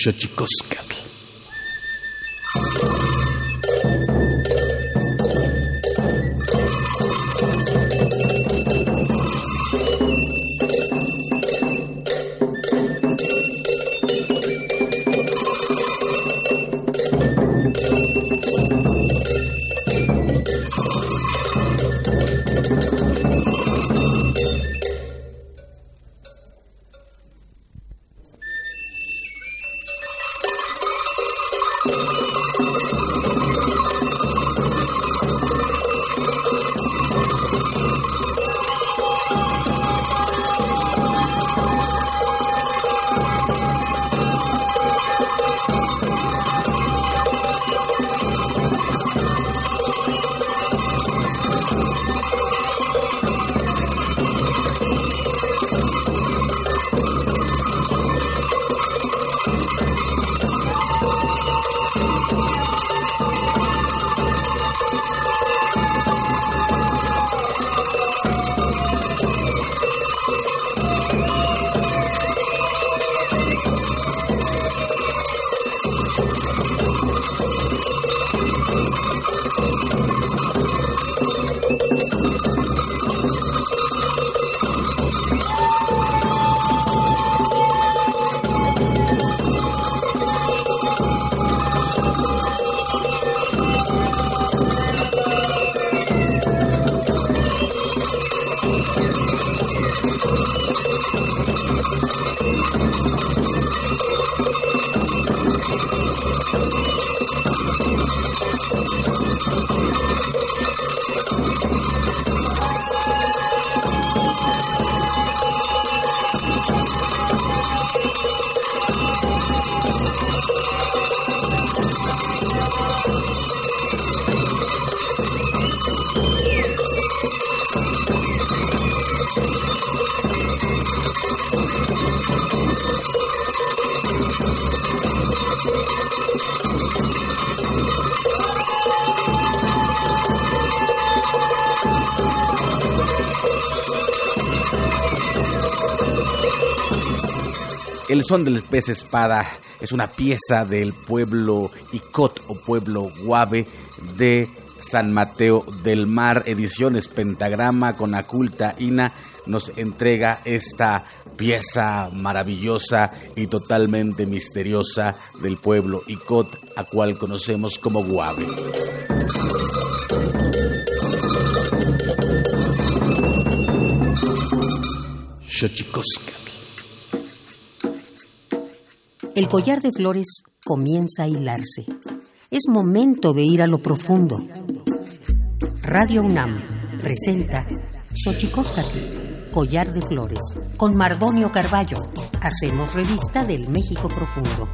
Xochicóscatl. El son del pez espada es una pieza del pueblo Icot o pueblo Guave de San Mateo del Mar. Ediciones Pentagrama con Aculta Ina nos entrega esta pieza maravillosa y totalmente misteriosa del pueblo Icot, a cual conocemos como Guave. Xochicóscatl. El collar de flores comienza a hilarse. Es momento de ir a lo profundo. Radio UNAM presenta Xochicóscatl, collar de flores, con Mardonio Carballo. Hacemos revista del México profundo.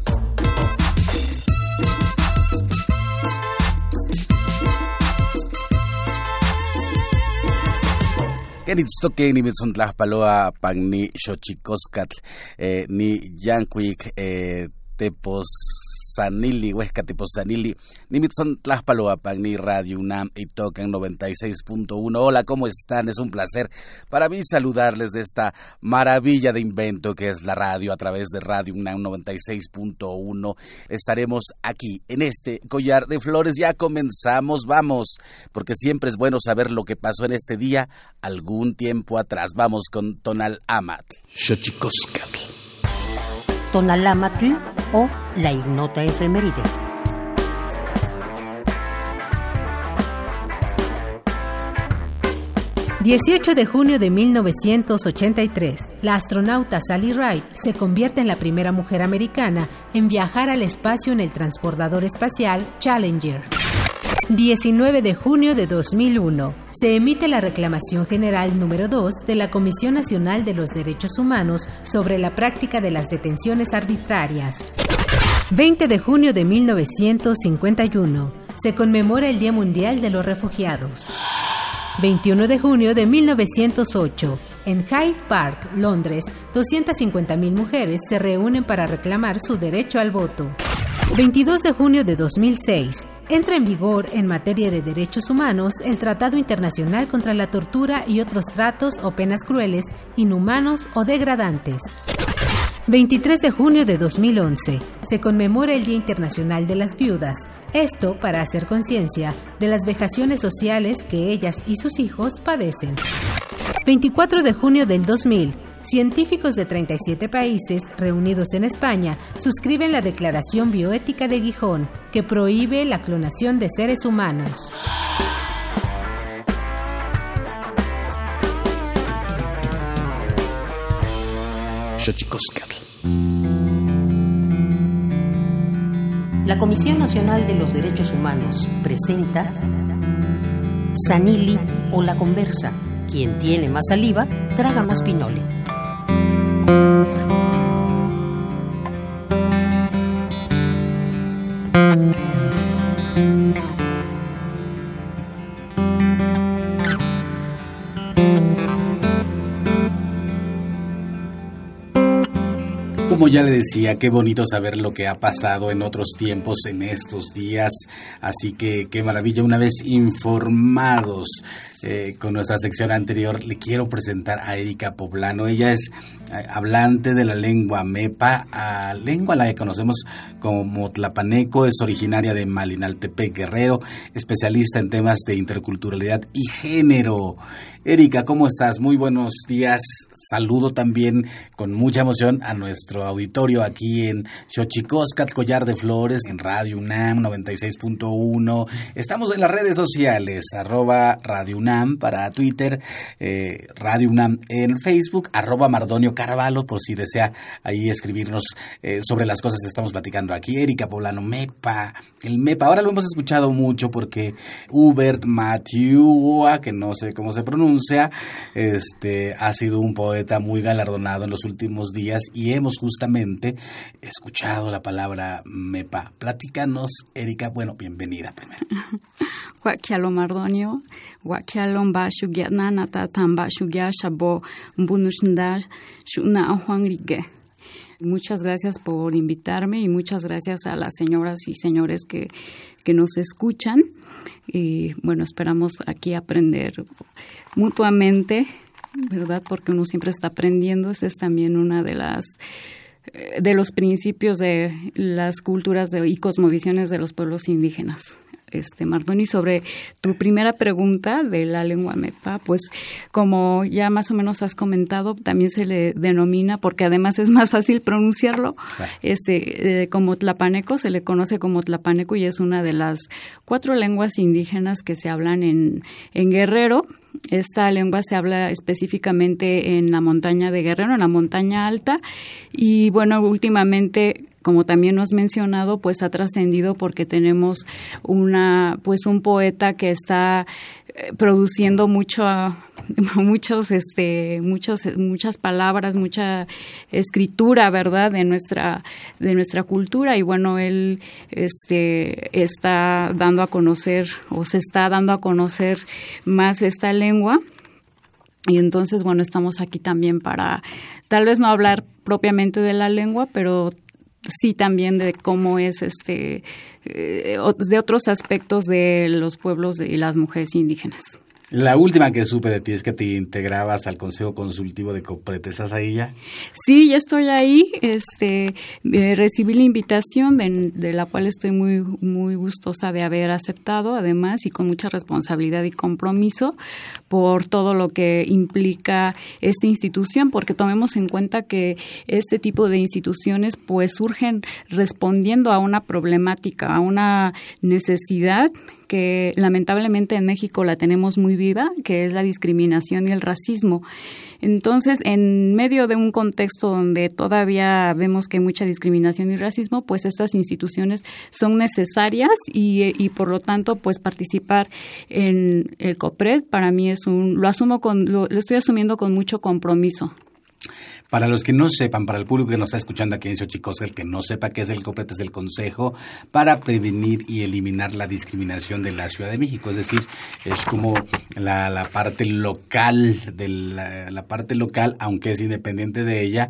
Queritztoque ni mitzontlajpaloa pagni Xochicóscatl ni yancuic teposanili, huesca teposanili, ni mitzontlajpaloa pagni Radio UNAM y tocan 96.1. Hola, ¿cómo están? Es un placer para mí saludarles de esta maravilla de invento que es la radio a través de Radio UNAM 96.1. Estaremos aquí en este collar de flores. Ya comenzamos, vamos, porque siempre es bueno saber lo que pasó en este día algún tiempo atrás. Vamos con Tonalámatl. Xochicóscatl. Tonalámatl o la ignota efeméride. ...18 de junio de 1983... la astronauta Sally Ride se convierte en la primera mujer americana... en viajar al espacio en el transbordador espacial Challenger. 19 de junio de 2001... se emite la Reclamación General número 2... de la Comisión Nacional de los Derechos Humanos... sobre la práctica de las detenciones arbitrarias. 20 de junio de 1951... se conmemora el Día Mundial de los Refugiados. 21 de junio de 1908, en Hyde Park, Londres, 250,000 mujeres se reúnen para reclamar su derecho al voto. 22 de junio de 2006, entra en vigor en materia de derechos humanos el Tratado Internacional contra la Tortura y otros tratos o penas crueles, inhumanos o degradantes. 23 de junio de 2011 se conmemora el Día Internacional de las Viudas. Esto para hacer conciencia de las vejaciones sociales que ellas y sus hijos padecen. 24 de junio del 2000, científicos de 37 países reunidos en España suscriben la Declaración Bioética de Gijón, que prohíbe la clonación de seres humanos. Xochicóscatl. La Comisión Nacional de los Derechos Humanos presenta Sanili o La Conversa. Quien tiene más saliva, traga más pinole. Como ya le decía, qué bonito saber lo que ha pasado en otros tiempos, en estos días, así que qué maravilla, una vez informados con nuestra sección anterior, le quiero presentar a Erika Poblano. Ella es hablante de la lengua mepa, lengua a la que conocemos como tlapaneco, es originaria de Malinaltepec, Guerrero, especialista en temas de interculturalidad y género. Erika, ¿cómo estás? Muy buenos días. Saludo también con mucha emoción a nuestro auditorio aquí en Xochicóscatl, Collar de Flores, en Radio UNAM 96.1. Estamos en las redes sociales, @Radio UNAM para Twitter, Radio UNAM en Facebook, @Mardonio Carvalho, por si desea ahí escribirnos sobre las cosas que estamos platicando aquí. Erika Poblano, MEPA, el MEPA. Ahora lo hemos escuchado mucho porque Hubert Mathieu, que no sé cómo se pronuncia, ha sido un poeta muy galardonado en los últimos días y hemos justamente escuchado la palabra MEPA. Platícanos, Erika. Bueno, bienvenida primero. Guaquialo Mardonio, Guaquialo Bashugianata Tambashugia Shabo Mbunushndar Shuna Juanrigue. Muchas gracias por invitarme y muchas gracias a las señoras y señores que nos escuchan. Y bueno, esperamos aquí aprender mutuamente, ¿verdad? Porque uno siempre está aprendiendo. Ese es también una de los principios de las culturas y cosmovisiones de los pueblos indígenas. Mardoni, sobre tu primera pregunta de la lengua mepa, pues como ya más o menos has comentado, también se le denomina, porque además es más fácil pronunciarlo, claro. Como tlapaneco, se le conoce como tlapaneco y es una de las 4 lenguas indígenas que se hablan en Guerrero. Esta lengua se habla específicamente en la montaña de Guerrero, en la montaña alta, y bueno, últimamente, como también lo has mencionado, pues ha trascendido porque tenemos un poeta que está produciendo muchas palabras, mucha escritura, ¿verdad?, de nuestra cultura. Y bueno, él está dando a conocer, o se está dando a conocer más esta lengua. Y entonces, bueno, estamos aquí también para tal vez no hablar propiamente de la lengua, pero sí también de cómo es de otros aspectos de los pueblos y las mujeres indígenas. La última que supe de ti es que te integrabas al Consejo Consultivo de COPRED. ¿Estás ahí ya? Sí, ya estoy ahí. Recibí la invitación de la cual estoy muy, muy gustosa de haber aceptado, además, y con mucha responsabilidad y compromiso por todo lo que implica esta institución, porque tomemos en cuenta que este tipo de instituciones pues surgen respondiendo a una problemática, a una necesidad que lamentablemente en México la tenemos muy viva, que es la discriminación y el racismo. Entonces, en medio de un contexto donde todavía vemos que hay mucha discriminación y racismo, pues estas instituciones son necesarias y por lo tanto, pues participar en el COPRED para mí lo estoy asumiendo con mucho compromiso. Para los que no sepan, para el público que nos está escuchando aquí en Xochicóscatl, el que no sepa qué es el COPRED, es el Consejo para Prevenir y Eliminar la Discriminación de la Ciudad de México. Es decir, es como la parte local, la parte local, aunque es independiente de ella,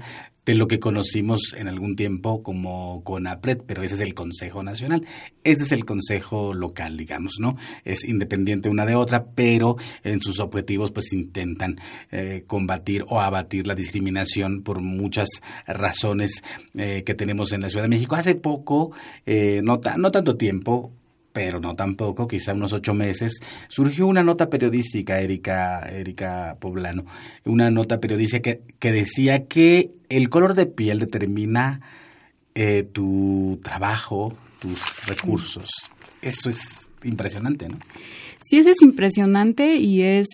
de lo que conocimos en algún tiempo como CONAPRED, pero ese es el Consejo Nacional, ese es el Consejo Local, digamos, ¿no? Es independiente una de otra, pero en sus objetivos pues intentan combatir o abatir la discriminación por muchas razones que tenemos en la Ciudad de México. Hace poco, no tanto tiempo, pero no tampoco, quizá unos 8 meses, surgió una nota periodística, Erika Poblano, una nota periodística que decía que el color de piel determina tu trabajo, tus recursos. Eso es impresionante, ¿no? Sí, eso es impresionante y es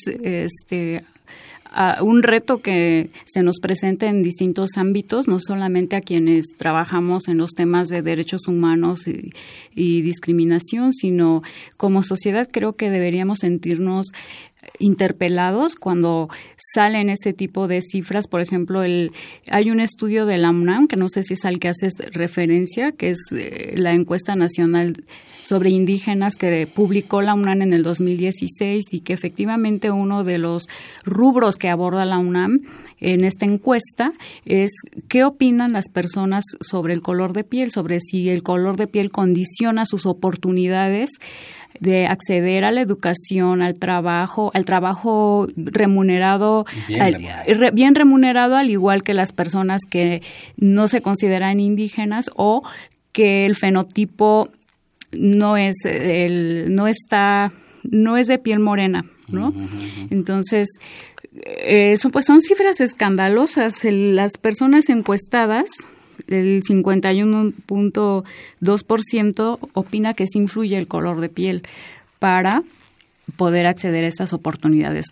un reto que se nos presenta en distintos ámbitos, no solamente a quienes trabajamos en los temas de derechos humanos y discriminación, sino como sociedad creo que deberíamos sentirnos interpelados cuando salen ese tipo de cifras. Por ejemplo, hay un estudio de la UNAM, que no sé si es al que haces referencia, que es la encuesta nacional sobre indígenas que publicó la UNAM en el 2016 y que efectivamente uno de los rubros que aborda la UNAM en esta encuesta es qué opinan las personas sobre el color de piel, sobre si el color de piel condiciona sus oportunidades de acceder a la educación, al trabajo remunerado, bien remunerado, al igual que las personas que no se consideran indígenas o que el fenotipo no es de piel morena, ¿no? Uh-huh. Entonces, son cifras escandalosas. Las personas encuestadas, el 51.2% opina que sí influye el color de piel para poder acceder a estas oportunidades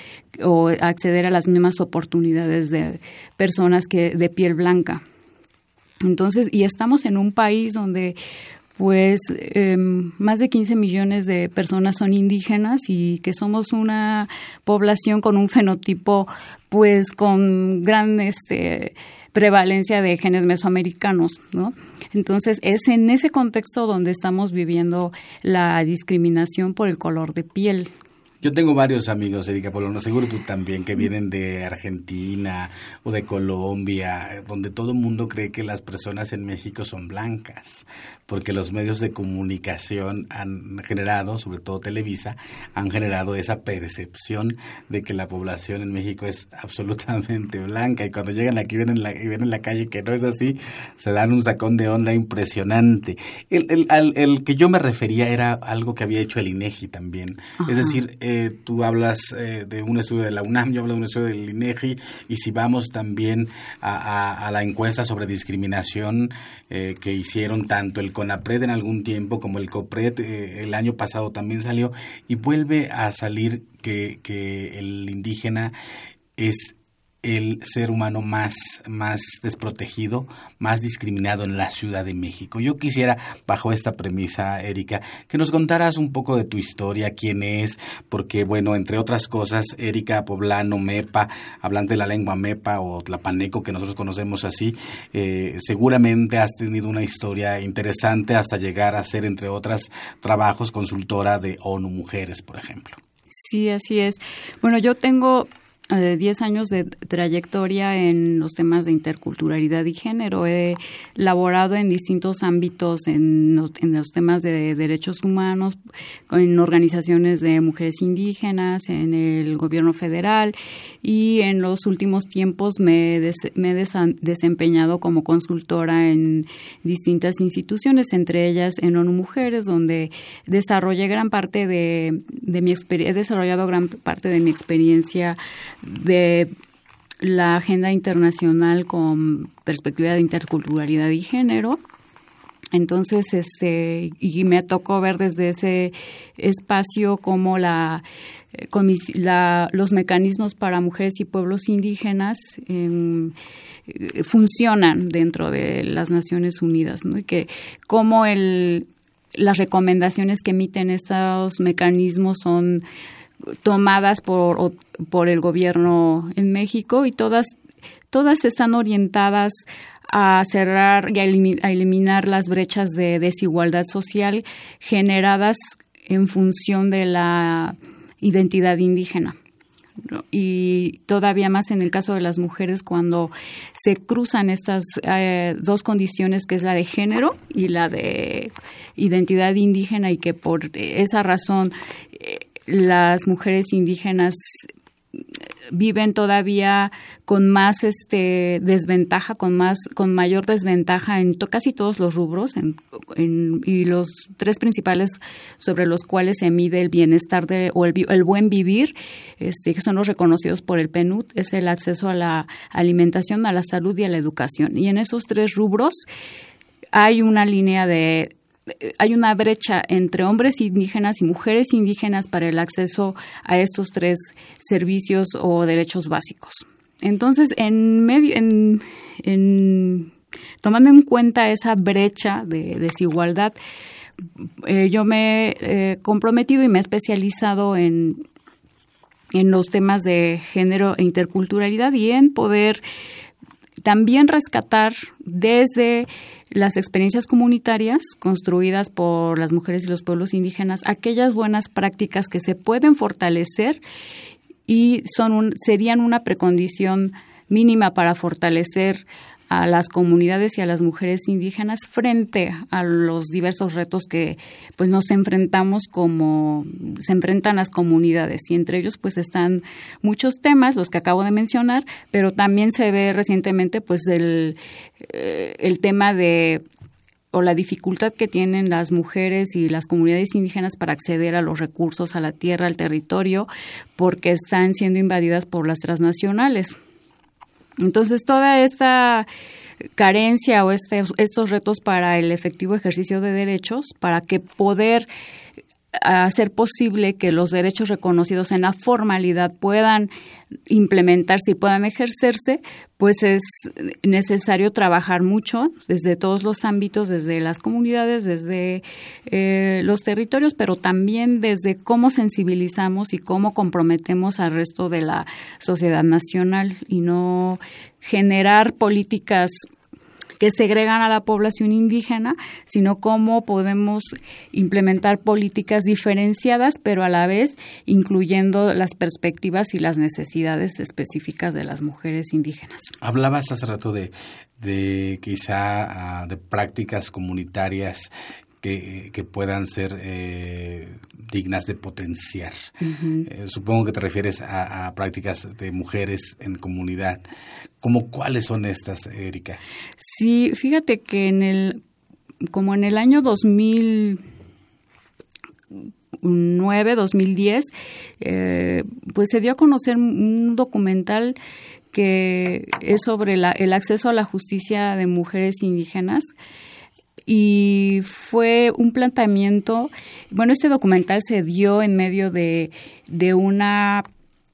o acceder a las mismas oportunidades de personas de piel blanca. Entonces, y estamos en un país donde pues más de 15 millones de personas son indígenas y que somos una población con un fenotipo pues con gran prevalencia de genes mesoamericanos, ¿no? Entonces es en ese contexto donde estamos viviendo la discriminación por el color de piel. Yo tengo varios amigos, Erika Poblano, seguro tú también, que vienen de Argentina o de Colombia, donde todo el mundo cree que las personas en México son blancas, porque los medios de comunicación han generado, sobre todo Televisa, han generado esa percepción de que la población en México es absolutamente blanca, y cuando llegan aquí y ven en la calle que no es así, se dan un sacón de onda impresionante. El que yo me refería era algo que había hecho el INEGI también. Ajá. Es decir, tú hablas de un estudio de la UNAM, yo hablo de un estudio del INEGI, y si vamos también a la encuesta sobre discriminación que hicieron tanto el CONAPRED en algún tiempo como el COPRED, el año pasado también salió, y vuelve a salir que el indígena es el ser humano más desprotegido, más discriminado en la Ciudad de México. Yo quisiera, bajo esta premisa, Erika, que nos contaras un poco de tu historia, quién es, porque, bueno, entre otras cosas, Erika Poblano, mepa, hablante de la lengua mepa o tlapaneco, que nosotros conocemos así, seguramente has tenido una historia interesante hasta llegar a ser, entre otros trabajos, consultora de ONU Mujeres, por ejemplo. Sí, así es. Bueno, yo tengo 10 años de trayectoria en los temas de interculturalidad y género. He laborado en distintos ámbitos en los temas de derechos humanos, en organizaciones de mujeres indígenas, en el gobierno federal, y en los últimos tiempos me he desempeñado como consultora en distintas instituciones, entre ellas en ONU Mujeres, donde desarrollé gran parte de mi experiencia de la agenda internacional con perspectiva de interculturalidad y género. Entonces, y me tocó ver desde ese espacio cómo los mecanismos para mujeres y pueblos indígenas funcionan dentro de las Naciones Unidas, ¿no? Y que cómo las recomendaciones que emiten estos mecanismos son tomadas por el gobierno en México, y todas están orientadas a cerrar y a eliminar las brechas de desigualdad social generadas en función de la identidad indígena, ¿no? Y todavía más en el caso de las mujeres cuando se cruzan estas dos condiciones, que es la de género y la de identidad indígena, y que por esa razón las mujeres indígenas viven todavía con más desventaja, con mayor desventaja en casi todos los rubros, y los tres principales sobre los cuales se mide el bienestar o el buen vivir, que son los reconocidos por el PNUD, es el acceso a la alimentación, a la salud y a la educación. Y en esos tres rubros hay una brecha entre hombres indígenas y mujeres indígenas para el acceso a estos tres servicios o derechos básicos. Entonces, tomando en cuenta esa brecha de desigualdad, yo me he comprometido y me he especializado en los temas de género e interculturalidad, y en poder también rescatar desde las experiencias comunitarias construidas por las mujeres y los pueblos indígenas aquellas buenas prácticas que se pueden fortalecer y serían una precondición mínima para fortalecer a las comunidades y a las mujeres indígenas frente a los diversos retos que pues nos enfrentamos como se enfrentan las comunidades, y entre ellos pues están muchos temas, los que acabo de mencionar, pero también se ve recientemente pues el tema o la dificultad que tienen las mujeres y las comunidades indígenas para acceder a los recursos, a la tierra, al territorio, porque están siendo invadidas por las transnacionales. Entonces, toda esta carencia o estos retos para el efectivo ejercicio de derechos, para que poder hacer posible que los derechos reconocidos en la formalidad puedan implementarse y puedan ejercerse, pues es necesario trabajar mucho desde todos los ámbitos, desde las comunidades, desde los territorios, pero también desde cómo sensibilizamos y cómo comprometemos al resto de la sociedad nacional, y no generar políticas que segregan a la población indígena, sino cómo podemos implementar políticas diferenciadas, pero a la vez incluyendo las perspectivas y las necesidades específicas de las mujeres indígenas. Hablabas hace rato de quizá de prácticas comunitarias que puedan ser dignas de potenciar. Uh-huh. Supongo que te refieres a prácticas de mujeres en comunidad. ¿Cómo cuáles son estas, Erika? Sí, fíjate que como en el año 2009, 2010, pues se dio a conocer un documental que es sobre el acceso a la justicia de mujeres indígenas. Y fue un planteamiento, este documental se dio en medio de una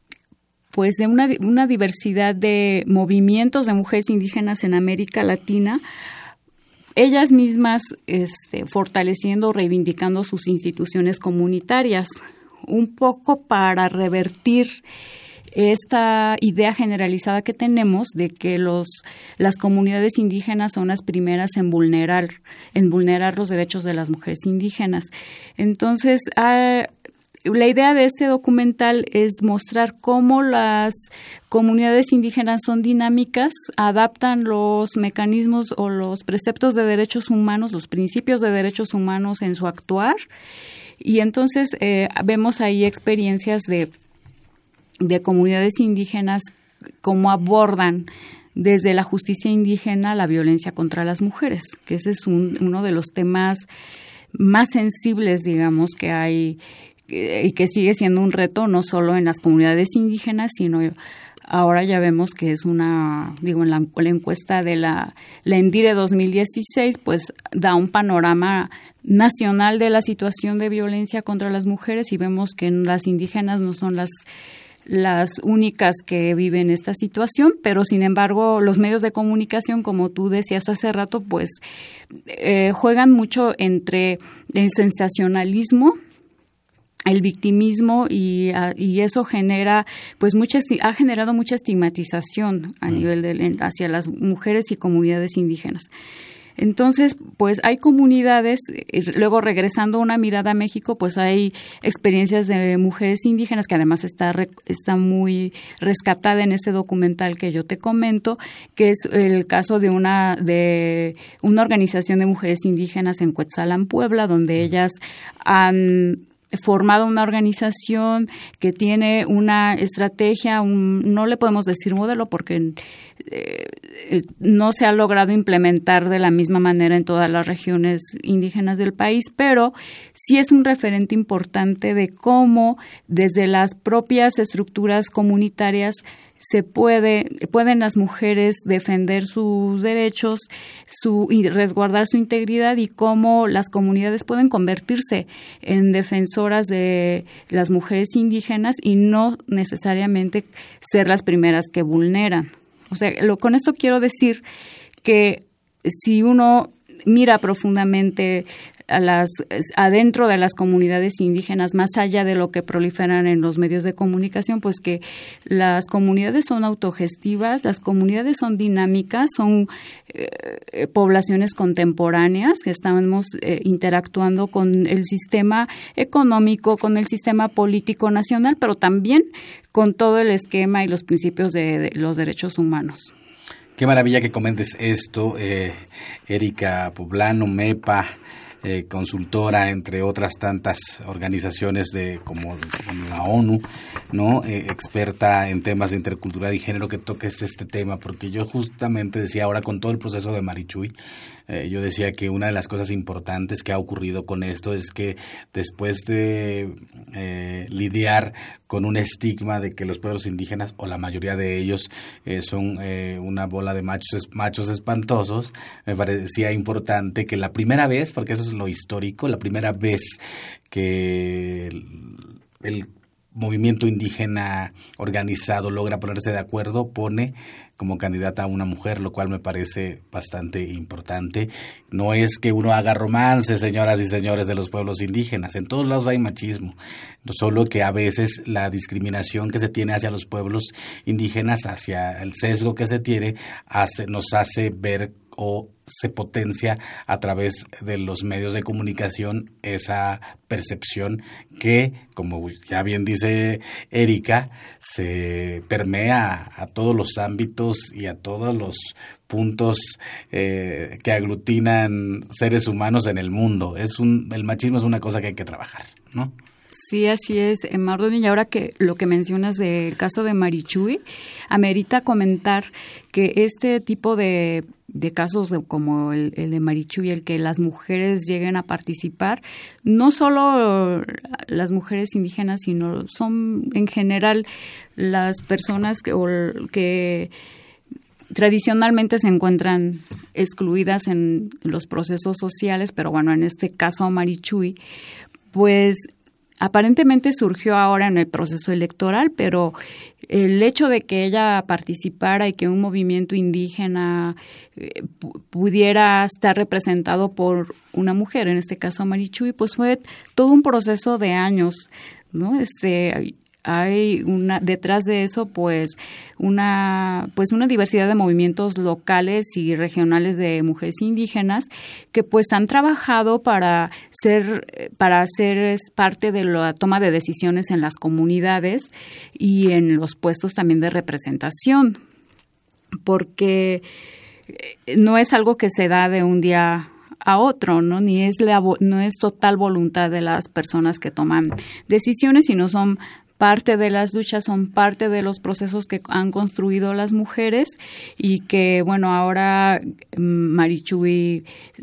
diversidad de movimientos de mujeres indígenas en América Latina, ellas mismas fortaleciendo, reivindicando sus instituciones comunitarias, un poco para revertir esta idea generalizada que tenemos de que las comunidades indígenas son las primeras en vulnerar los derechos de las mujeres indígenas. Entonces, la idea de este documental es mostrar cómo las comunidades indígenas son dinámicas, adaptan los mecanismos o los preceptos de derechos humanos, los principios de derechos humanos en su actuar, y entonces vemos ahí experiencias de comunidades indígenas, cómo abordan desde la justicia indígena la violencia contra las mujeres, que ese es uno de los temas más sensibles, digamos, que hay y que sigue siendo un reto no solo en las comunidades indígenas, sino ahora ya vemos que es en la encuesta de la ENDIRE 2016, pues da un panorama nacional de la situación de violencia contra las mujeres, y vemos que las indígenas no son las únicas que viven esta situación, pero sin embargo los medios de comunicación, como tú decías hace rato, pues juegan mucho entre el sensacionalismo, el victimismo, y eso genera ha generado mucha estigmatización a nivel hacia las mujeres y comunidades indígenas. Entonces, pues hay comunidades, luego regresando una mirada a México, pues hay experiencias de mujeres indígenas que además está muy rescatada en este documental que yo te comento, que es el caso de una organización de mujeres indígenas en Cuetzalan, Puebla, donde ellas han formado una organización que tiene una estrategia, no le podemos decir modelo porque no se ha logrado implementar de la misma manera en todas las regiones indígenas del país, pero sí es un referente importante de cómo desde las propias estructuras comunitarias pueden las mujeres defender sus derechos y resguardar su integridad, y cómo las comunidades pueden convertirse en defensoras de las mujeres indígenas y no necesariamente ser las primeras que vulneran. O sea, con esto quiero decir que si uno mira profundamente adentro de las comunidades indígenas, más allá de lo que proliferan en los medios de comunicación, pues que las comunidades son autogestivas, las comunidades son dinámicas, son poblaciones contemporáneas que estamos interactuando con el sistema económico, con el sistema político nacional, pero también con todo el esquema y los principios de los derechos humanos. Qué maravilla que comentes esto, Erika Poblano, MEPA, consultora, entre otras tantas organizaciones como la ONU, ¿no? Experta en temas de interculturalidad y género, que toques este tema, porque yo justamente decía ahora con todo el proceso de Marichuy, yo decía que una de las cosas importantes que ha ocurrido con esto es que después de lidiar con un estigma de que los pueblos indígenas, o la mayoría de ellos, son una bola de machos espantosos, me parecía importante que la primera vez, porque eso es lo histórico, la primera vez que el movimiento indígena organizado logra ponerse de acuerdo, pone como candidata a una mujer, lo cual me parece bastante importante. No es que uno haga romance, señoras y señores de los pueblos indígenas, en todos lados hay machismo, solo que a veces la discriminación que se tiene hacia los pueblos indígenas, hacia el sesgo que se tiene, nos hace ver o se potencia a través de los medios de comunicación esa percepción que, como ya bien dice Erika, se permea a todos los ámbitos y a todos los puntos que aglutinan seres humanos en el mundo. El machismo es una cosa que hay que trabajar, ¿no? Sí, así es, Mardoni. Y ahora que lo que mencionas del caso de Marichuy, amerita comentar que este tipo de casos como el de Marichuy, el que las mujeres lleguen a participar, no solo las mujeres indígenas, sino son en general las personas que tradicionalmente se encuentran excluidas en los procesos sociales, pero bueno, en este caso Marichuy, pues aparentemente surgió ahora en el proceso electoral, pero el hecho de que ella participara y que un movimiento indígena pudiera estar representado por una mujer, en este caso Marichuy, pues fue todo un proceso de años, ¿no? Hay detrás de eso pues una diversidad de movimientos locales y regionales de mujeres indígenas que pues han trabajado para ser parte de la toma de decisiones en las comunidades y en los puestos también de representación, porque no es algo que se da de un día a otro, ¿no? No es total voluntad de las personas que toman decisiones, sino son parte de las luchas, son parte de los procesos que han construido las mujeres y que, bueno, ahora Marichuy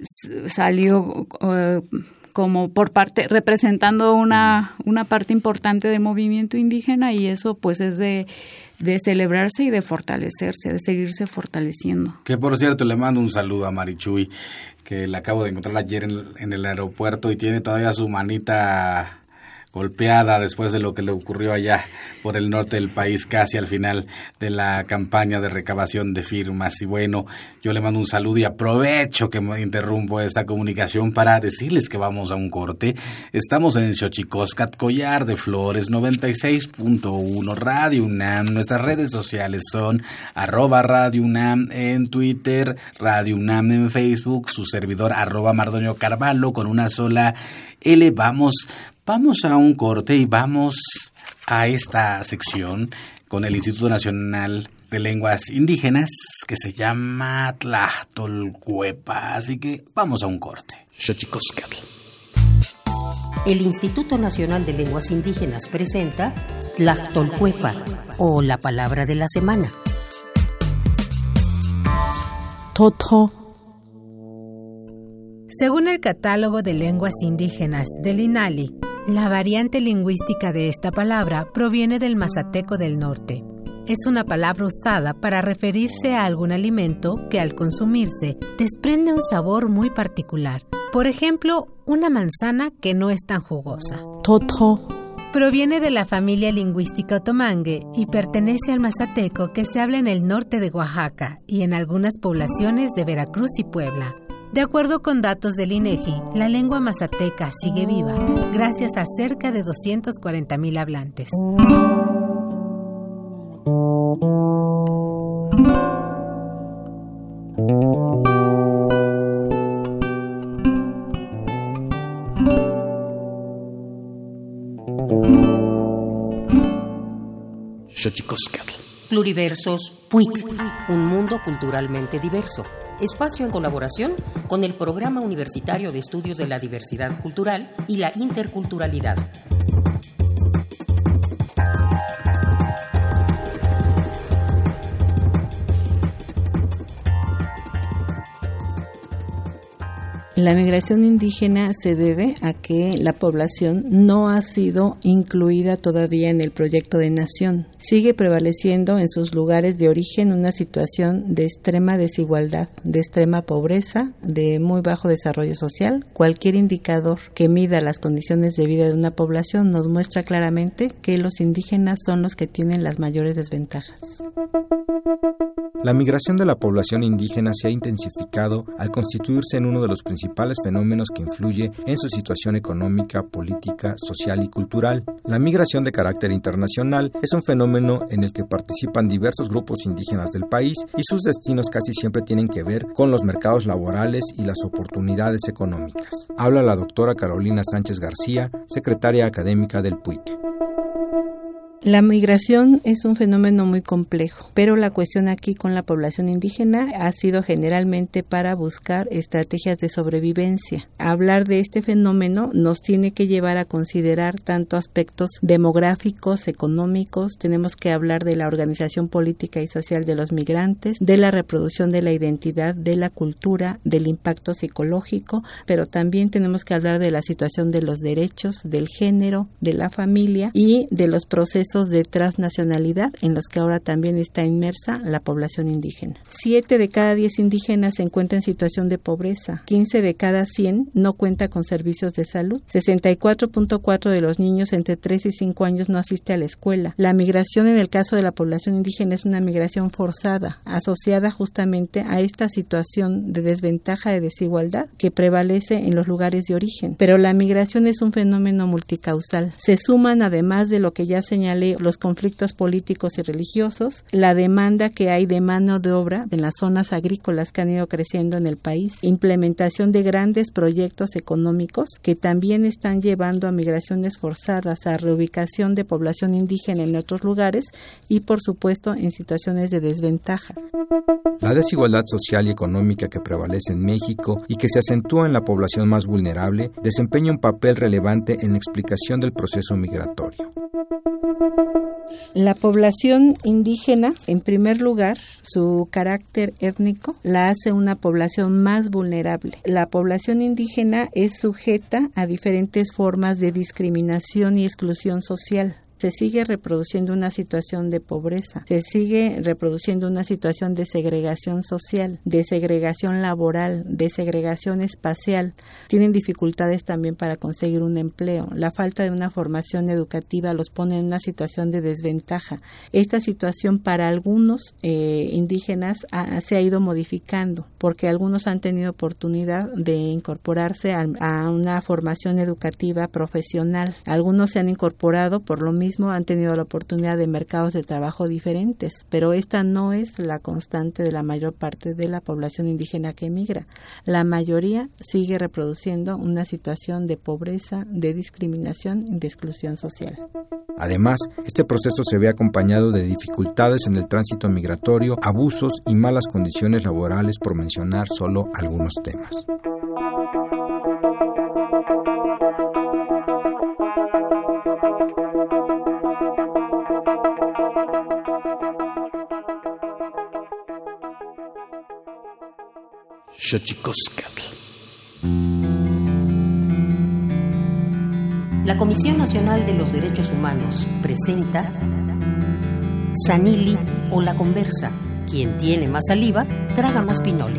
salió como por parte, representando una parte importante del movimiento indígena, y eso pues es de celebrarse y de fortalecerse, de seguirse fortaleciendo. Que por cierto le mando un saludo a Marichuy, que la acabo de encontrar ayer en el aeropuerto y tiene todavía su manita golpeada después de lo que le ocurrió allá por el norte del país, casi al final de la campaña de recabación de firmas. Y bueno, yo le mando un saludo y aprovecho que me interrumpo esta comunicación para decirles que vamos a un corte. Estamos en Xochicóscat, Collar de Flores, 96.1, Radio UNAM. Nuestras redes sociales son @Radio UNAM en Twitter, Radio UNAM en Facebook, su servidor @Mardonio Carvalho con una sola L. Vamos a un corte y vamos a esta sección con el Instituto Nacional de Lenguas Indígenas que se llama Tlachtolcuepa. Así que vamos a un corte. Xochicóscat. El Instituto Nacional de Lenguas Indígenas presenta Tlachtolcuepa, o la palabra de la semana. Toto. Según el Catálogo de Lenguas Indígenas del INALI, la variante lingüística de esta palabra proviene del mazateco del norte. Es una palabra usada para referirse a algún alimento que al consumirse desprende un sabor muy particular. Por ejemplo, una manzana que no es tan jugosa. Toto. Proviene de la familia lingüística otomangue y pertenece al mazateco que se habla en el norte de Oaxaca y en algunas poblaciones de Veracruz y Puebla. De acuerdo con datos del INEGI, la lengua mazateca sigue viva gracias a cerca de 240,000 hablantes. Xochicóscat. Pluriversos PUIC, un mundo culturalmente diverso. Espacio en colaboración con el Programa Universitario de Estudios de la Diversidad Cultural y la Interculturalidad. La migración indígena se debe a que la población no ha sido incluida todavía en el proyecto de nación. Sigue prevaleciendo en sus lugares de origen una situación de extrema desigualdad, de extrema pobreza, de muy bajo desarrollo social. Cualquier indicador que mida las condiciones de vida de una población nos muestra claramente que los indígenas son los que tienen las mayores desventajas. La migración de la población indígena se ha intensificado al constituirse en uno de los principales fenómenos que influye en su situación económica, política, social y cultural. La migración de carácter internacional es un fenómeno en el que participan diversos grupos indígenas del país y sus destinos casi siempre tienen que ver con los mercados laborales y las oportunidades económicas. Habla la doctora Carolina Sánchez García, secretaria académica del PUIC. La migración es un fenómeno muy complejo, pero la cuestión aquí con la población indígena ha sido generalmente para buscar estrategias de sobrevivencia. Hablar de este fenómeno nos tiene que llevar a considerar tanto aspectos demográficos, económicos, tenemos que hablar de la organización política y social de los migrantes, de la reproducción de la identidad, de la cultura, del impacto psicológico, pero también tenemos que hablar de la situación de los derechos, del género, de la familia y de los procesos de transnacionalidad en los que ahora también está inmersa la población indígena. 7 de cada 10 indígenas se encuentran en situación de pobreza, 15 de cada 100 no cuenta con servicios de salud, 64.4 de los niños entre 3 y 5 años no asiste a la escuela. La migración en el caso de la población indígena es una migración forzada, asociada justamente a esta situación de desventaja, de desigualdad que prevalece en los lugares de origen. Pero la migración es un fenómeno multicausal. Se suman, además de lo que ya señalé, los conflictos políticos y religiosos, la demanda que hay de mano de obra en las zonas agrícolas que han ido creciendo en el país, implementación de grandes proyectos económicos que también están llevando a migraciones forzadas, a reubicación de población indígena en otros lugares y, por supuesto, en situaciones de desventaja. La desigualdad social y económica que prevalece en México y que se acentúa en la población más vulnerable desempeña un papel relevante en la explicación del proceso migratorio. La población indígena, en primer lugar, su carácter étnico la hace una población más vulnerable. La población indígena es sujeta a diferentes formas de discriminación y exclusión social. Se sigue reproduciendo una situación de pobreza, se sigue reproduciendo una situación de segregación social, de segregación laboral, de segregación espacial. Tienen dificultades también para conseguir un empleo. La falta de una formación educativa los pone en una situación de desventaja. Esta situación para algunos indígenas se ha ido modificando porque algunos han tenido oportunidad de incorporarse a una formación educativa profesional. Algunos se han incorporado, por lo mismo han tenido la oportunidad de mercados de trabajo diferentes, pero esta no es la constante de la mayor parte de la población indígena que emigra. La mayoría sigue reproduciendo una situación de pobreza, de discriminación y de exclusión social. Además, este proceso se ve acompañado de dificultades en el tránsito migratorio, abusos y malas condiciones laborales, por mencionar solo algunos temas. Xochicóscatl. La Comisión Nacional de los Derechos Humanos presenta Sanili o La Conversa. Quien tiene más saliva, traga más pinole.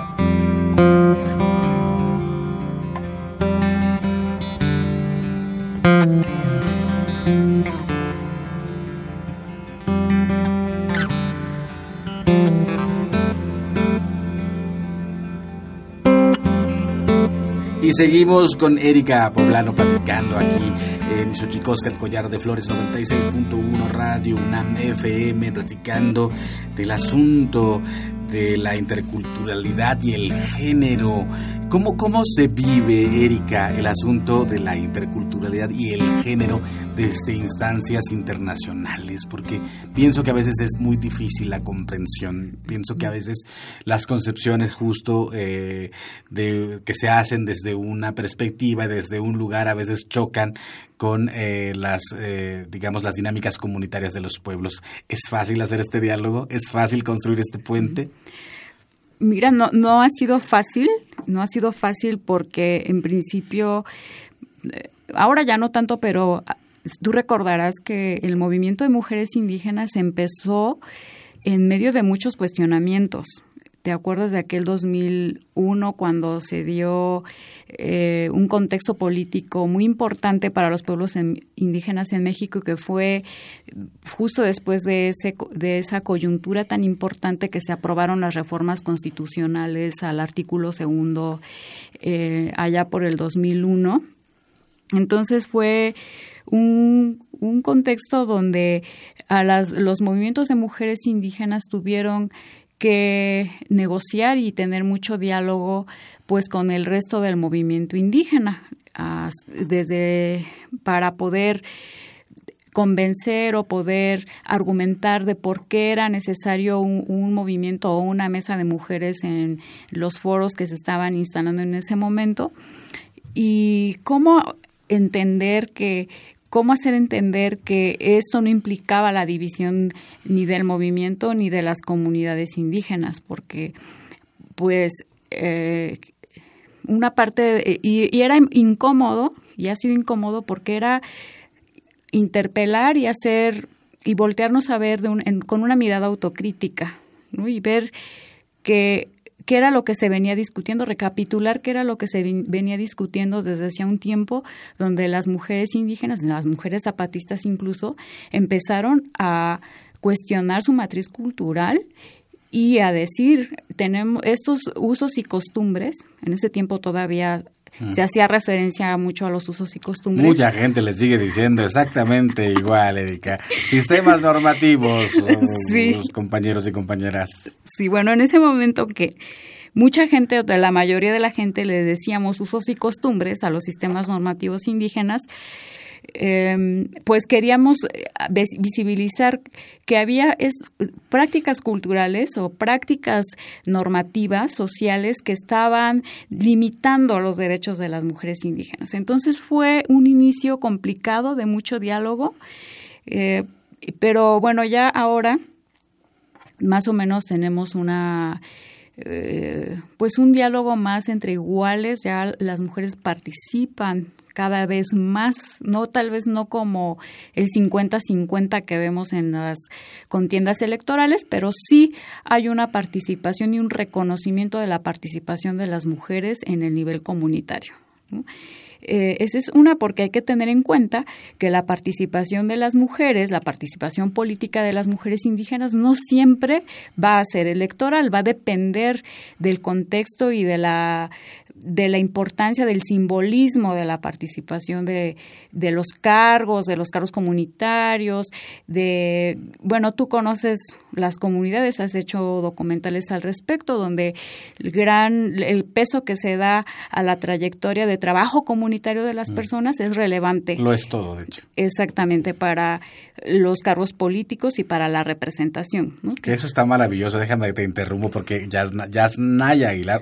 Y seguimos con Erika Poblano platicando aquí en Xochicóscatl, el Collar de Flores 96.1 Radio UNAM FM, platicando del asunto de la interculturalidad y el género. ¿Cómo se vive, Erika, el asunto de la interculturalidad y el género desde instancias internacionales? Porque pienso que a veces es muy difícil la comprensión. Pienso que a veces las concepciones justo que se hacen desde una perspectiva, desde un lugar, a veces chocan con las dinámicas comunitarias de los pueblos. ¿Es fácil hacer este diálogo? ¿Es fácil construir este puente? Mira, no ha sido fácil porque en principio, ahora ya no tanto, pero tú recordarás que el movimiento de mujeres indígenas empezó en medio de muchos cuestionamientos. ¿Te acuerdas de aquel 2001 cuando se dio un contexto político muy importante para los pueblos indígenas en México, que fue justo después de esa coyuntura tan importante que se aprobaron las reformas constitucionales al artículo 2 allá por el 2001? Entonces fue un contexto donde los movimientos de mujeres indígenas tuvieron que negociar y tener mucho diálogo pues con el resto del movimiento indígena para poder convencer o poder argumentar de por qué era necesario un movimiento o una mesa de mujeres en los foros que se estaban instalando en ese momento, y cómo hacer entender que esto no implicaba la división ni del movimiento ni de las comunidades indígenas, porque pues una parte, y era incómodo, y ha sido incómodo porque era interpelar y voltearnos a ver con una mirada autocrítica, ¿no? Y ver qué era lo que se venía discutiendo, recapitular qué era lo que se venía discutiendo desde hacía un tiempo, donde las mujeres indígenas, las mujeres zapatistas incluso, empezaron a cuestionar su matriz cultural y a decir, tenemos estos usos y costumbres. En ese tiempo todavía se hacía referencia mucho a los usos y costumbres. Mucha gente le sigue diciendo exactamente igual, Erika. Sistemas normativos, sí. Los compañeros y compañeras. Sí, bueno, en ese momento que mucha gente, de la mayoría de la gente, le decíamos usos y costumbres a los sistemas normativos indígenas, pues queríamos visibilizar que había prácticas culturales o prácticas normativas sociales que estaban limitando los derechos de las mujeres indígenas. Entonces fue un inicio complicado de mucho diálogo, pero bueno, ya ahora más o menos tenemos pues un diálogo más entre iguales. Ya las mujeres participan cada vez más, tal vez no como el 50-50 que vemos en las contiendas electorales, pero sí hay una participación y un reconocimiento de la participación de las mujeres en el nivel comunitario, ¿no? Esa es una, porque hay que tener en cuenta que la participación de las mujeres, la participación política de las mujeres indígenas no siempre va a ser electoral, va a depender del contexto y de la importancia del simbolismo de la participación de los cargos comunitarios, tú conoces las comunidades, has hecho documentales al respecto, donde el peso que se da a la trayectoria de trabajo comunitario de las personas es relevante. Lo es todo, de hecho. Exactamente, para los cargos políticos y para la representación, ¿no? Que eso está maravilloso, déjame que te interrumpo, porque Yasnaya Aguilar,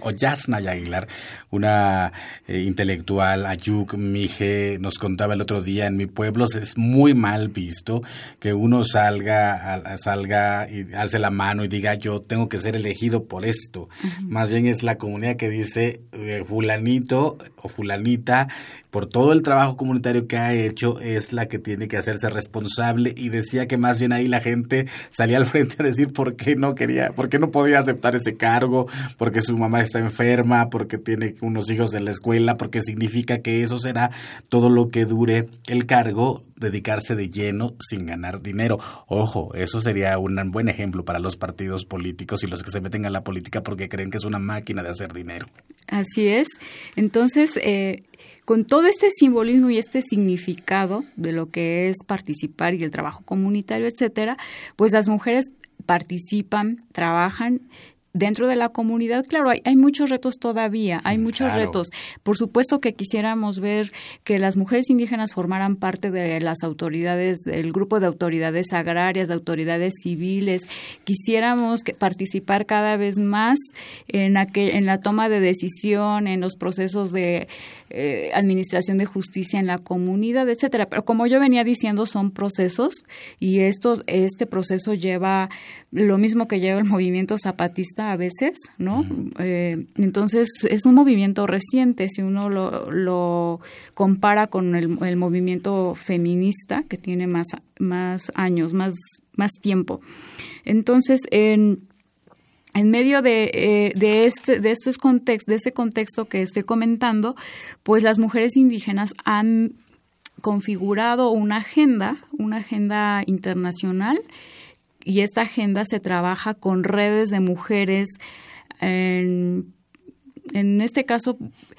una intelectual, Ayuk Mije, nos contaba el otro día: en mi pueblo es muy mal visto que uno salga y alce la mano y diga yo tengo que ser elegido por esto. Uh-huh. Más bien es la comunidad que dice fulanito o fulanita, por todo el trabajo comunitario que ha hecho, es la que tiene que hacerse responsable, y decía que más bien ahí la gente salía al frente a decir por qué no podía aceptar ese cargo, porque su mamá está enferma, porque tiene unos hijos en la escuela, porque significa que eso será todo lo que dure el cargo, dedicarse de lleno sin ganar dinero. Ojo, eso sería un buen ejemplo para los partidos políticos y los que se meten a la política porque creen que es una máquina de hacer dinero. Así es. Entonces, con todo este simbolismo y este significado de lo que es participar y el trabajo comunitario, etcétera, pues las mujeres participan, trabajan dentro de la comunidad. Claro, hay muchos retos todavía, muchos retos. Por supuesto que quisiéramos ver que las mujeres indígenas formaran parte de las autoridades, del grupo de autoridades agrarias, de autoridades civiles. Quisiéramos participar cada vez más en la toma de decisión, en los procesos de administración de justicia en la comunidad, etcétera. Pero como yo venía diciendo, son procesos, y este proceso lleva lo mismo que lleva el movimiento zapatista a veces, ¿no? Entonces es un movimiento reciente si uno lo compara con el movimiento feminista, que tiene más años, más tiempo. Entonces, en medio de este contexto que estoy comentando, pues las mujeres indígenas han configurado una agenda internacional, y esta agenda se trabaja con redes de mujeres. En este caso,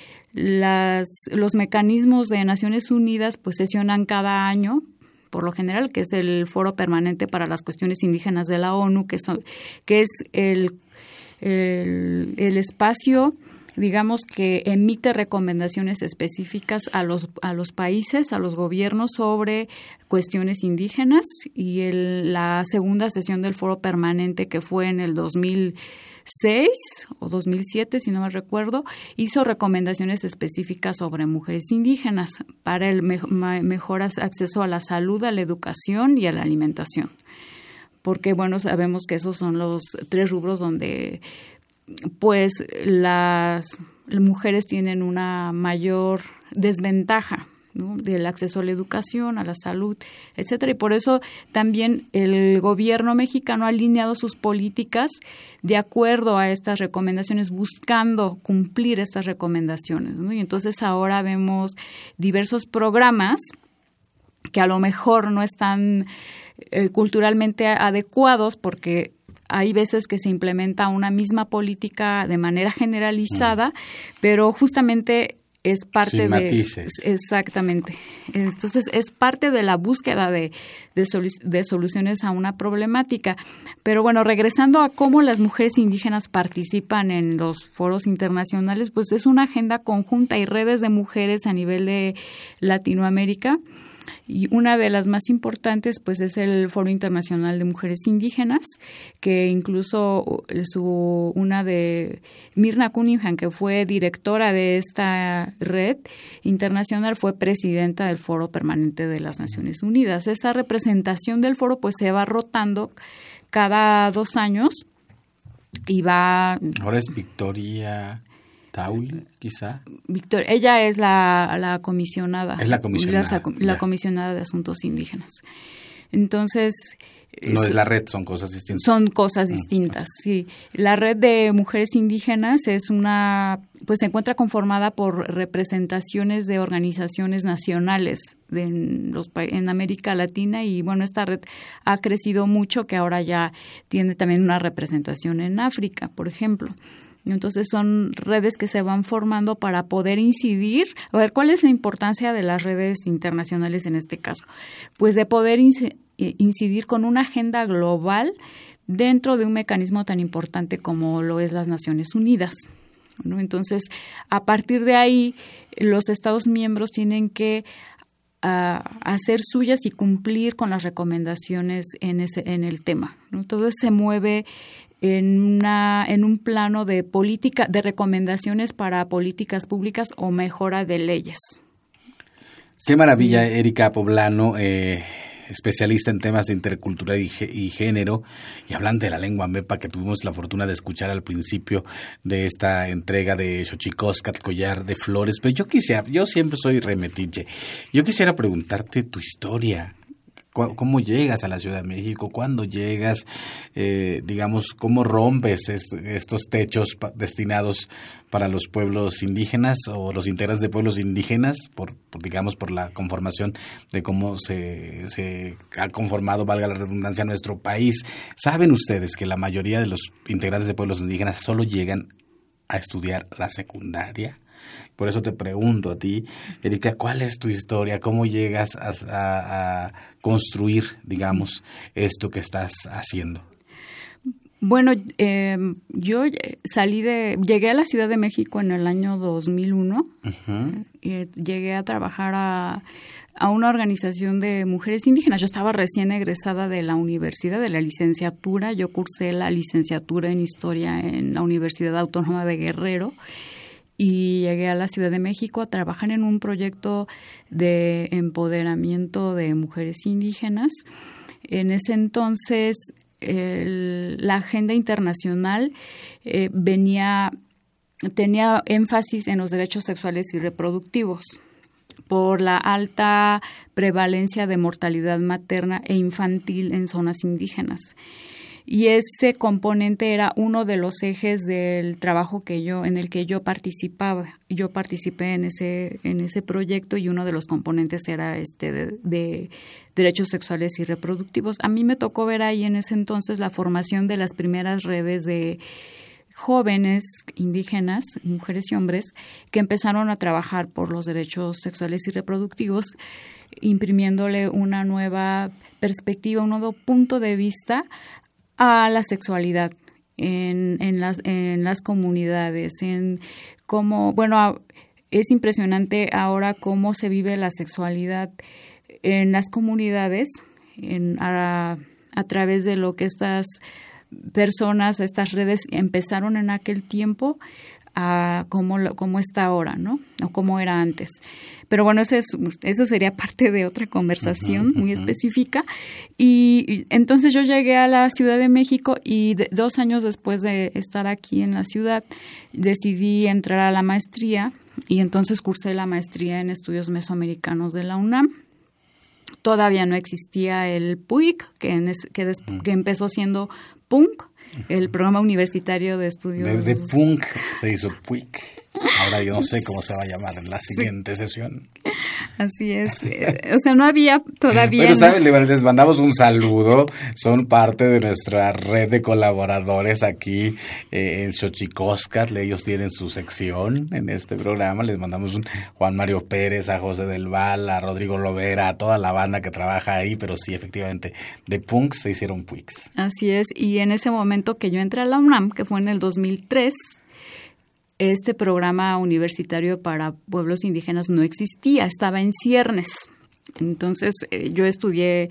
los mecanismos de Naciones Unidas pues sesionan cada año, por lo general, que es el Foro Permanente para las Cuestiones Indígenas de la ONU, que es el espacio, digamos, que emite recomendaciones específicas a los países, a los gobiernos sobre cuestiones indígenas. Y la segunda sesión del Foro Permanente, que fue en el 2006 o 2007, si no me recuerdo, hizo recomendaciones específicas sobre mujeres indígenas para el mejor acceso a la salud, a la educación y a la alimentación. Porque, sabemos que esos son los 3 rubros donde pues las mujeres tienen una mayor desventaja, ¿no? Del acceso a la educación, a la salud, etcétera. Y por eso también el gobierno mexicano ha alineado sus políticas de acuerdo a estas recomendaciones, buscando cumplir estas recomendaciones, ¿no? Y entonces ahora vemos diversos programas que a lo mejor no están culturalmente adecuados, porque hay veces que se implementa una misma política de manera generalizada, pero justamente es parte sin matices. Exactamente. Entonces, es parte de la búsqueda de soluciones a una problemática. Pero regresando a cómo las mujeres indígenas participan en los foros internacionales, pues es una agenda conjunta y redes de mujeres a nivel de Latinoamérica. Y una de las más importantes pues es el Foro Internacional de Mujeres Indígenas, que incluso una de Mirna Cunningham, que fue directora de esta red internacional, fue presidenta del Foro Permanente de las Naciones Unidas. Esa representación del foro pues se va rotando cada 2 años y va... Ahora es Victoria Tawil, quizá. Victoria, ella es la comisionada. Es la comisionada. La comisionada de Asuntos Indígenas. Entonces... No es la red, son cosas distintas. Son cosas distintas, sí. La red de mujeres indígenas es pues se encuentra conformada por representaciones de organizaciones nacionales en América Latina y bueno, esta red ha crecido mucho, que ahora ya tiene también una representación en África, por ejemplo. Entonces son redes que se van formando para poder incidir. A ver, ¿cuál es la importancia de las redes internacionales en este caso? Pues de poder incidir con una agenda global dentro de un mecanismo tan importante como lo es las Naciones Unidas, ¿no? Entonces, a partir de ahí, los Estados miembros tienen que hacer suyas y cumplir con las recomendaciones en el tema, ¿no? Todo se mueve en un plano de política, de recomendaciones para políticas públicas o mejora de leyes. Qué maravilla, sí. Erika Poblano, especialista en temas de intercultura y género, y hablante de la lengua mepa, que tuvimos la fortuna de escuchar al principio de esta entrega de Xochicóscatl, Collar de Flores. Pero yo siempre soy remetiche, yo quisiera preguntarte tu historia. ¿Cómo llegas a la Ciudad de México? ¿Cuándo llegas? Digamos, ¿cómo rompes estos techos destinados para los pueblos indígenas o los integrantes de pueblos indígenas por la conformación de cómo se ha conformado, valga la redundancia, nuestro país? ¿Saben ustedes que la mayoría de los integrantes de pueblos indígenas solo llegan a estudiar la secundaria? Por eso te pregunto a ti, Erika, ¿cuál es tu historia? ¿Cómo llegas a construir, digamos, esto que estás haciendo? Bueno, yo llegué a la Ciudad de México en el año 2001. Uh-huh. Llegué a trabajar a una organización de mujeres indígenas. Yo estaba recién egresada de la universidad, de la licenciatura. Yo cursé la licenciatura en Historia en la Universidad Autónoma de Guerrero. Y llegué a la Ciudad de México a trabajar en un proyecto de empoderamiento de mujeres indígenas. En ese entonces, la agenda internacional tenía énfasis en los derechos sexuales y reproductivos por la alta prevalencia de mortalidad materna e infantil en zonas indígenas. Y ese componente era uno de los ejes del trabajo en el que yo participaba. Yo participé en ese proyecto y uno de los componentes era de derechos sexuales y reproductivos. A mí me tocó ver ahí en ese entonces la formación de las primeras redes de jóvenes indígenas, mujeres y hombres, que empezaron a trabajar por los derechos sexuales y reproductivos, imprimiéndole una nueva perspectiva, un nuevo punto de vista a la sexualidad en las comunidades, en cómo, bueno, es impresionante ahora cómo se vive la sexualidad en las comunidades a través de lo que estas personas, estas redes empezaron en aquel tiempo a cómo está ahora, ¿no? O cómo era antes. Pero bueno, eso sería parte de otra conversación muy específica. Y entonces yo llegué a la Ciudad de México y 2 años después de estar aquí en la ciudad decidí entrar a la maestría y entonces cursé la maestría en Estudios Mesoamericanos de la UNAM. Todavía no existía el PUIC, que empezó siendo PUNC, el Programa Universitario de Estudios. Desde PUNC se hizo PUIC. Ahora yo no sé cómo se va a llamar en la siguiente sesión. Así es. O sea, no había todavía... Pero, ¿saben? Les mandamos un saludo. Son parte de nuestra red de colaboradores aquí en Xochicóscatl. Ellos tienen su sección en este programa. Les mandamos un Juan Mario Pérez, a José del Val, a Rodrigo Lovera, a toda la banda que trabaja ahí. Pero sí, efectivamente, de PUNC se hicieron PUICs. Así es. Y en ese momento que yo entré a la UNAM, que fue en el 2003... este programa universitario para pueblos indígenas no existía, estaba en ciernes. Entonces, yo estudié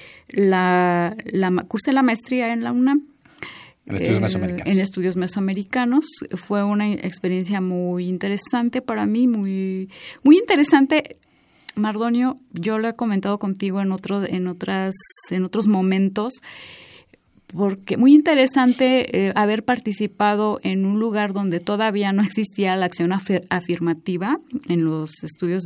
cursé la maestría en la UNAM. En estudios mesoamericanos. En estudios mesoamericanos. Fue una experiencia muy interesante para mí, muy, muy interesante. Mardonio, yo lo he comentado contigo en otros momentos. porque muy interesante haber participado en un lugar donde todavía no existía la acción afirmativa en los estudios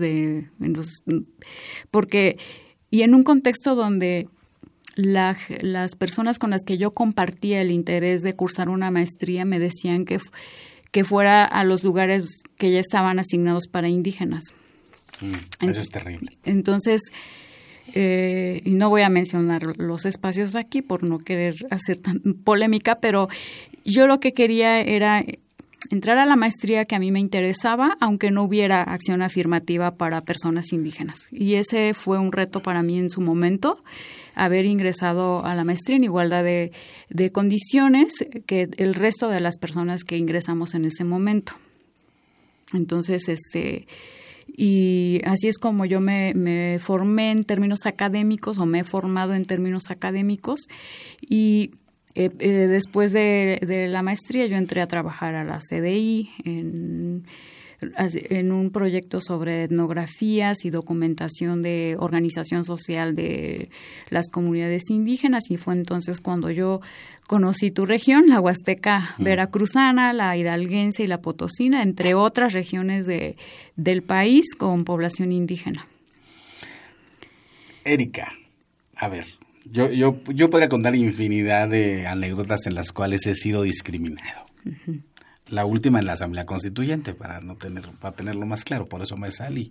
y en un contexto donde las personas con las que yo compartía el interés de cursar una maestría me decían que fuera a los lugares que ya estaban asignados para indígenas. Eso es terrible. Entonces, y no voy a mencionar los espacios aquí por no querer hacer tan polémica, pero yo lo que quería era entrar a la maestría que a mí me interesaba, aunque no hubiera acción afirmativa para personas indígenas. Y ese fue un reto para mí en su momento, haber ingresado a la maestría en igualdad de condiciones que el resto de las personas que ingresamos en ese momento. Entonces, y así es como yo me formé en términos académicos, o me he formado en términos académicos, y después de la maestría yo entré a trabajar a la CDI en un proyecto sobre etnografías y documentación de organización social de las comunidades indígenas, y fue entonces cuando yo conocí tu región, la Huasteca veracruzana, la hidalguense y la potosina, entre otras regiones del país con población indígena. Erika, a ver, yo podría contar infinidad de anécdotas en las cuales he sido discriminado. Uh-huh. La última en la Asamblea Constituyente, para tenerlo más claro, por eso me salí.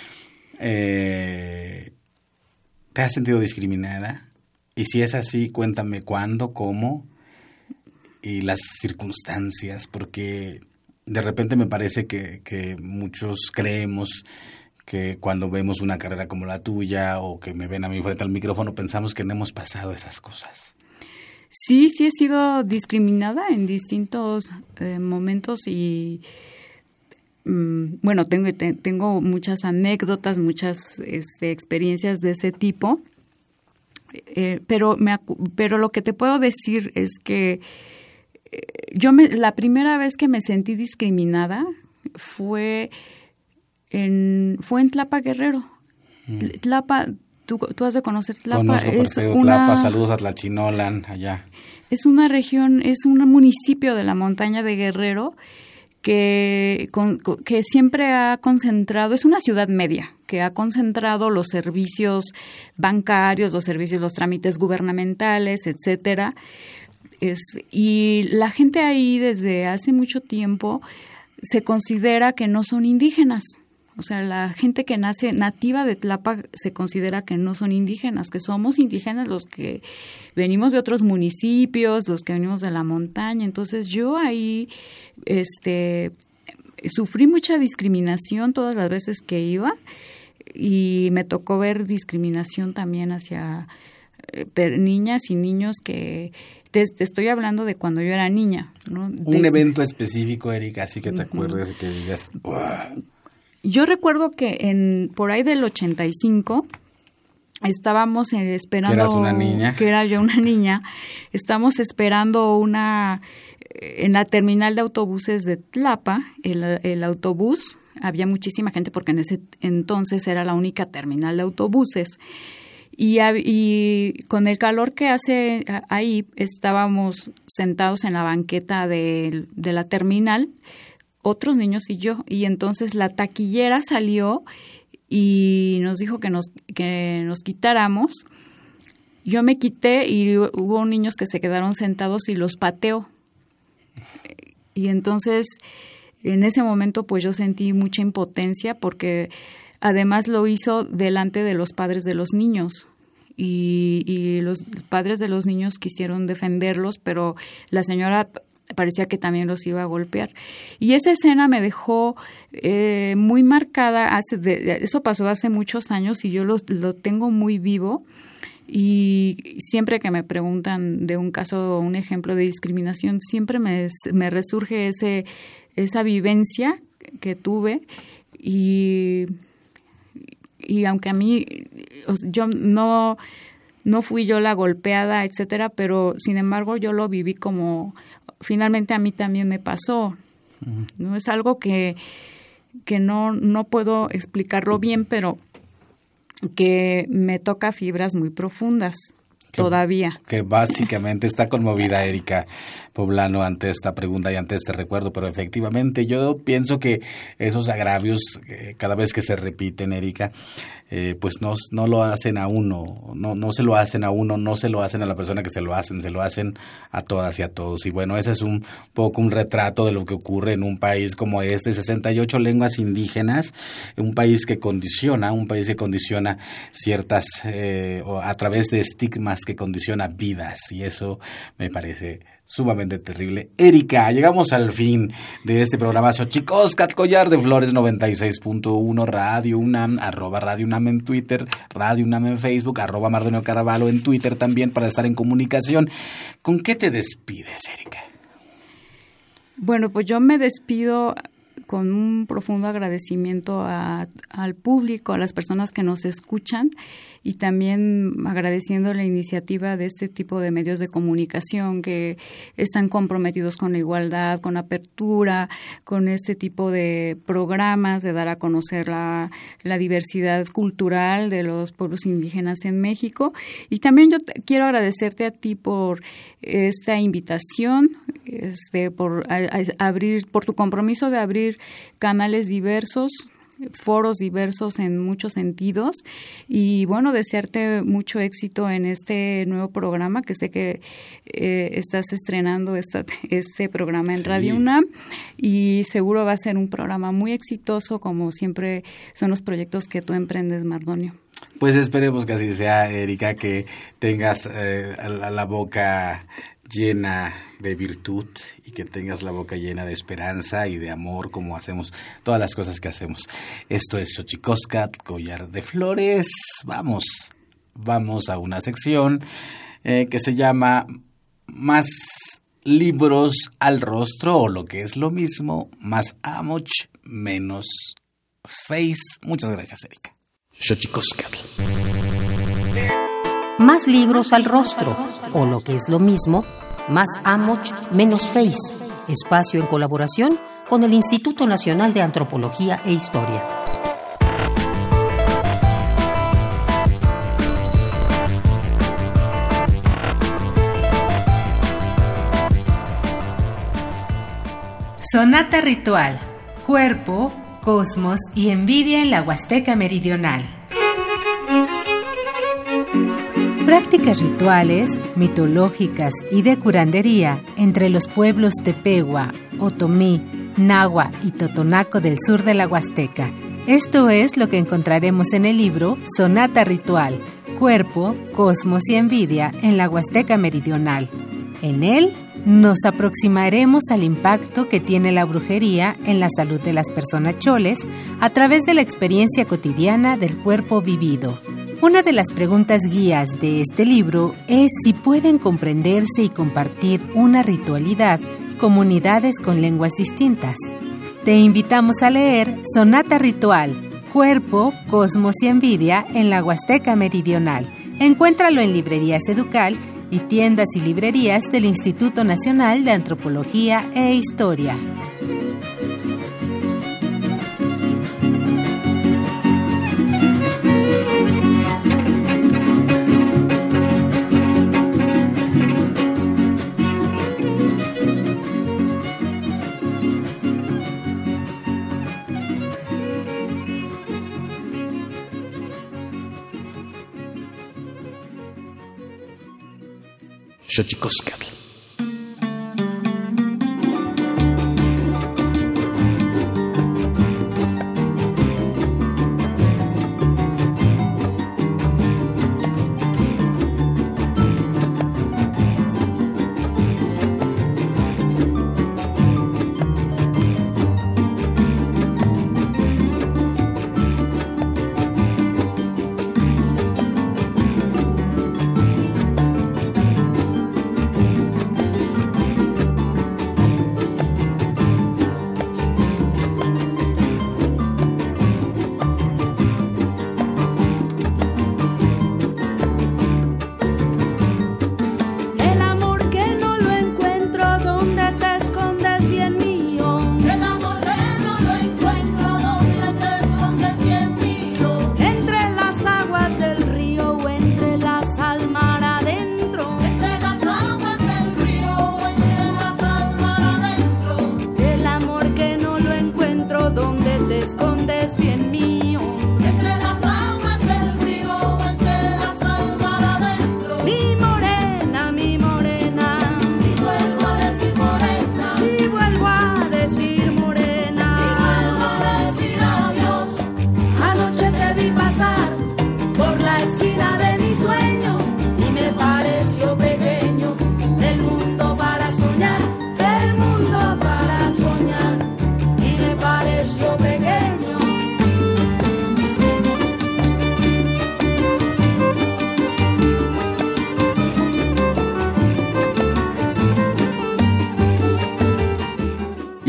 ¿Te has sentido discriminada? Y si es así, cuéntame cuándo, cómo y las circunstancias, porque de repente me parece que muchos creemos que cuando vemos una carrera como la tuya o que me ven a mí frente al micrófono pensamos que no hemos pasado esas cosas. Sí he sido discriminada en distintos momentos y bueno, tengo muchas anécdotas, muchas experiencias de ese tipo, pero lo que te puedo decir es que la primera vez que me sentí discriminada fue en Tlapa, Guerrero. Tlapa, tú has de conocer Tlapa. Conozco perfecto Tlapa, saludos a Tlachinolan, allá. Es una región, es un municipio de la montaña de Guerrero que siempre ha concentrado, es una ciudad media, que ha concentrado los servicios bancarios, los trámites gubernamentales, etcétera. Y la gente ahí desde hace mucho tiempo se considera que no son indígenas. O sea, la gente que nace nativa de Tlapa se considera que no son indígenas, que somos indígenas los que venimos de otros municipios, los que venimos de la montaña. Entonces yo ahí sufrí mucha discriminación todas las veces que iba, y me tocó ver discriminación también hacia niñas y niños que... Te estoy hablando de cuando yo era niña, ¿no? Un evento específico, Erika, así que te acuerdes, que digas... ¡Wow! Yo recuerdo que por ahí del 85 estábamos esperando... ¿Eras una niña? Que era yo una niña. Estamos esperando en la terminal de autobuses de Tlapa, el autobús. Había muchísima gente porque en ese entonces era la única terminal de autobuses. Y con el calor que hace ahí, estábamos sentados en la banqueta de la terminal, otros niños y yo, y entonces la taquillera salió y nos dijo que nos quitáramos. Yo me quité y hubo niños que se quedaron sentados y los pateó. Y entonces, en ese momento, pues yo sentí mucha impotencia porque además lo hizo delante de los padres de los niños. Y los padres de los niños quisieron defenderlos, pero la señora parecía que también los iba a golpear. Y esa escena me dejó muy marcada. Eso pasó hace muchos años y yo lo tengo muy vivo. Y siempre que me preguntan de un caso o un ejemplo de discriminación, siempre me resurge esa vivencia que tuve. Y aunque a mí, yo no fui yo la golpeada, etcétera, pero sin embargo yo lo viví como finalmente a mí también me pasó. No es algo que no puedo explicarlo bien, pero que me toca fibras muy profundas. todavía. Que básicamente está conmovida Erika Poblano ante esta pregunta y ante este recuerdo, pero efectivamente yo pienso que esos agravios cada vez que se repiten, Erika, pues no lo hacen a uno, no se lo hacen a uno, no se lo hacen a la persona que se lo hacen a todas y a todos. Y bueno, ese es un poco un retrato de lo que ocurre en un país como este, 68 lenguas indígenas, un país que condiciona ciertas, o a través de estigmas que condiciona vidas, y eso me parece sumamente terrible. Erika, llegamos al fin de este programa Xochicóscatl, Collar de Flores 96.1, Radio UNAM, @Radio UNAM en Twitter, Radio UNAM en Facebook, @Mardonio Caraballo en Twitter también para estar en comunicación. ¿Con qué te despides, Erika? Bueno, pues yo me despido con un profundo agradecimiento al público, a las personas que nos escuchan, y también agradeciendo la iniciativa de este tipo de medios de comunicación que están comprometidos con la igualdad, con apertura, con este tipo de programas de dar a conocer la diversidad cultural de los pueblos indígenas en México. Y también yo quiero agradecerte a ti por esta invitación, por tu compromiso de abrir canales diversos, foros diversos en muchos sentidos, y bueno, desearte mucho éxito en este nuevo programa, que sé que estás estrenando este programa en Radio UNAM, y seguro va a ser un programa muy exitoso, como siempre son los proyectos que tú emprendes, Mardonio. Pues esperemos que así sea, Erika, que tengas la boca llena de virtud y que tengas la boca llena de esperanza y de amor, como hacemos todas las cosas que hacemos. Esto es Xochicóscatl, Collar de Flores. Vamos a una sección que se llama Más libros al rostro, o lo que es lo mismo, más amoch, menos face. Muchas gracias, Erika. Xochicóscatl. Más libros al rostro, o lo que es lo mismo, más amoch, menos face. Espacio en colaboración con el Instituto Nacional de Antropología e Historia. Sonata ritual, cuerpo, cosmos y envidia en la Huasteca Meridional. Prácticas rituales, mitológicas y de curandería entre los pueblos Tepehua, Otomí, Nahua y Totonaco del sur de la Huasteca. Esto es lo que encontraremos en el libro Sonata ritual, cuerpo, cosmos y envidia en la Huasteca Meridional. En él nos aproximaremos al impacto que tiene la brujería en la salud de las personas choles a través de la experiencia cotidiana del cuerpo vivido. Una de las preguntas guías de este libro es si pueden comprenderse y compartir una ritualidad comunidades con lenguas distintas. Te invitamos a leer Sonata ritual, cuerpo, cosmos y envidia en la Huasteca Meridional. Encuéntralo en librerías Educal y tiendas y librerías del Instituto Nacional de Antropología e Historia. Xochicóscatl.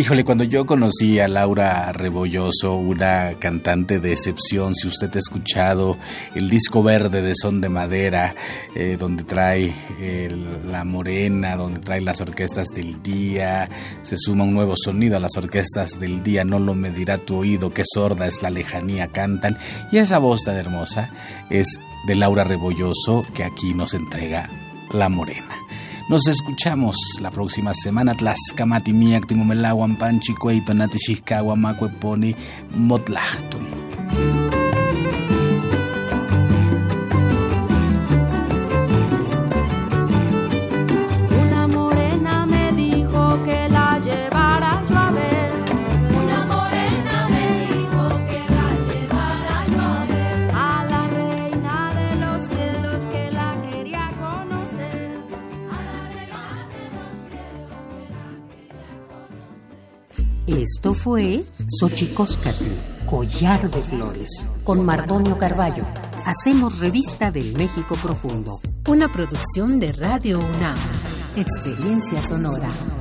Híjole, cuando yo conocí a Laura Rebolloso, una cantante de excepción, si usted ha escuchado el disco verde de Son de Madera, donde trae La Morena, donde trae las orquestas del día, se suma un nuevo sonido a las orquestas del día, no lo medirá tu oído, qué sorda es la lejanía, cantan, y esa voz tan hermosa es de Laura Rebolloso, que aquí nos entrega La Morena. Nos escuchamos la próxima semana. Tlaxcamati miak timomelahuan panchi cueito natixihcahuan macueponi motlahtul. Una morena me dijo que la llevara yo a ver. Una morena me dijo que la llevara yo a ver. A la reina de los cielos que la quería conocer. Esto fue Xochicóscatl, Collar de Flores, con Mardonio Carballo. Hacemos revista del México profundo. Una producción de Radio UNAM. Experiencia sonora.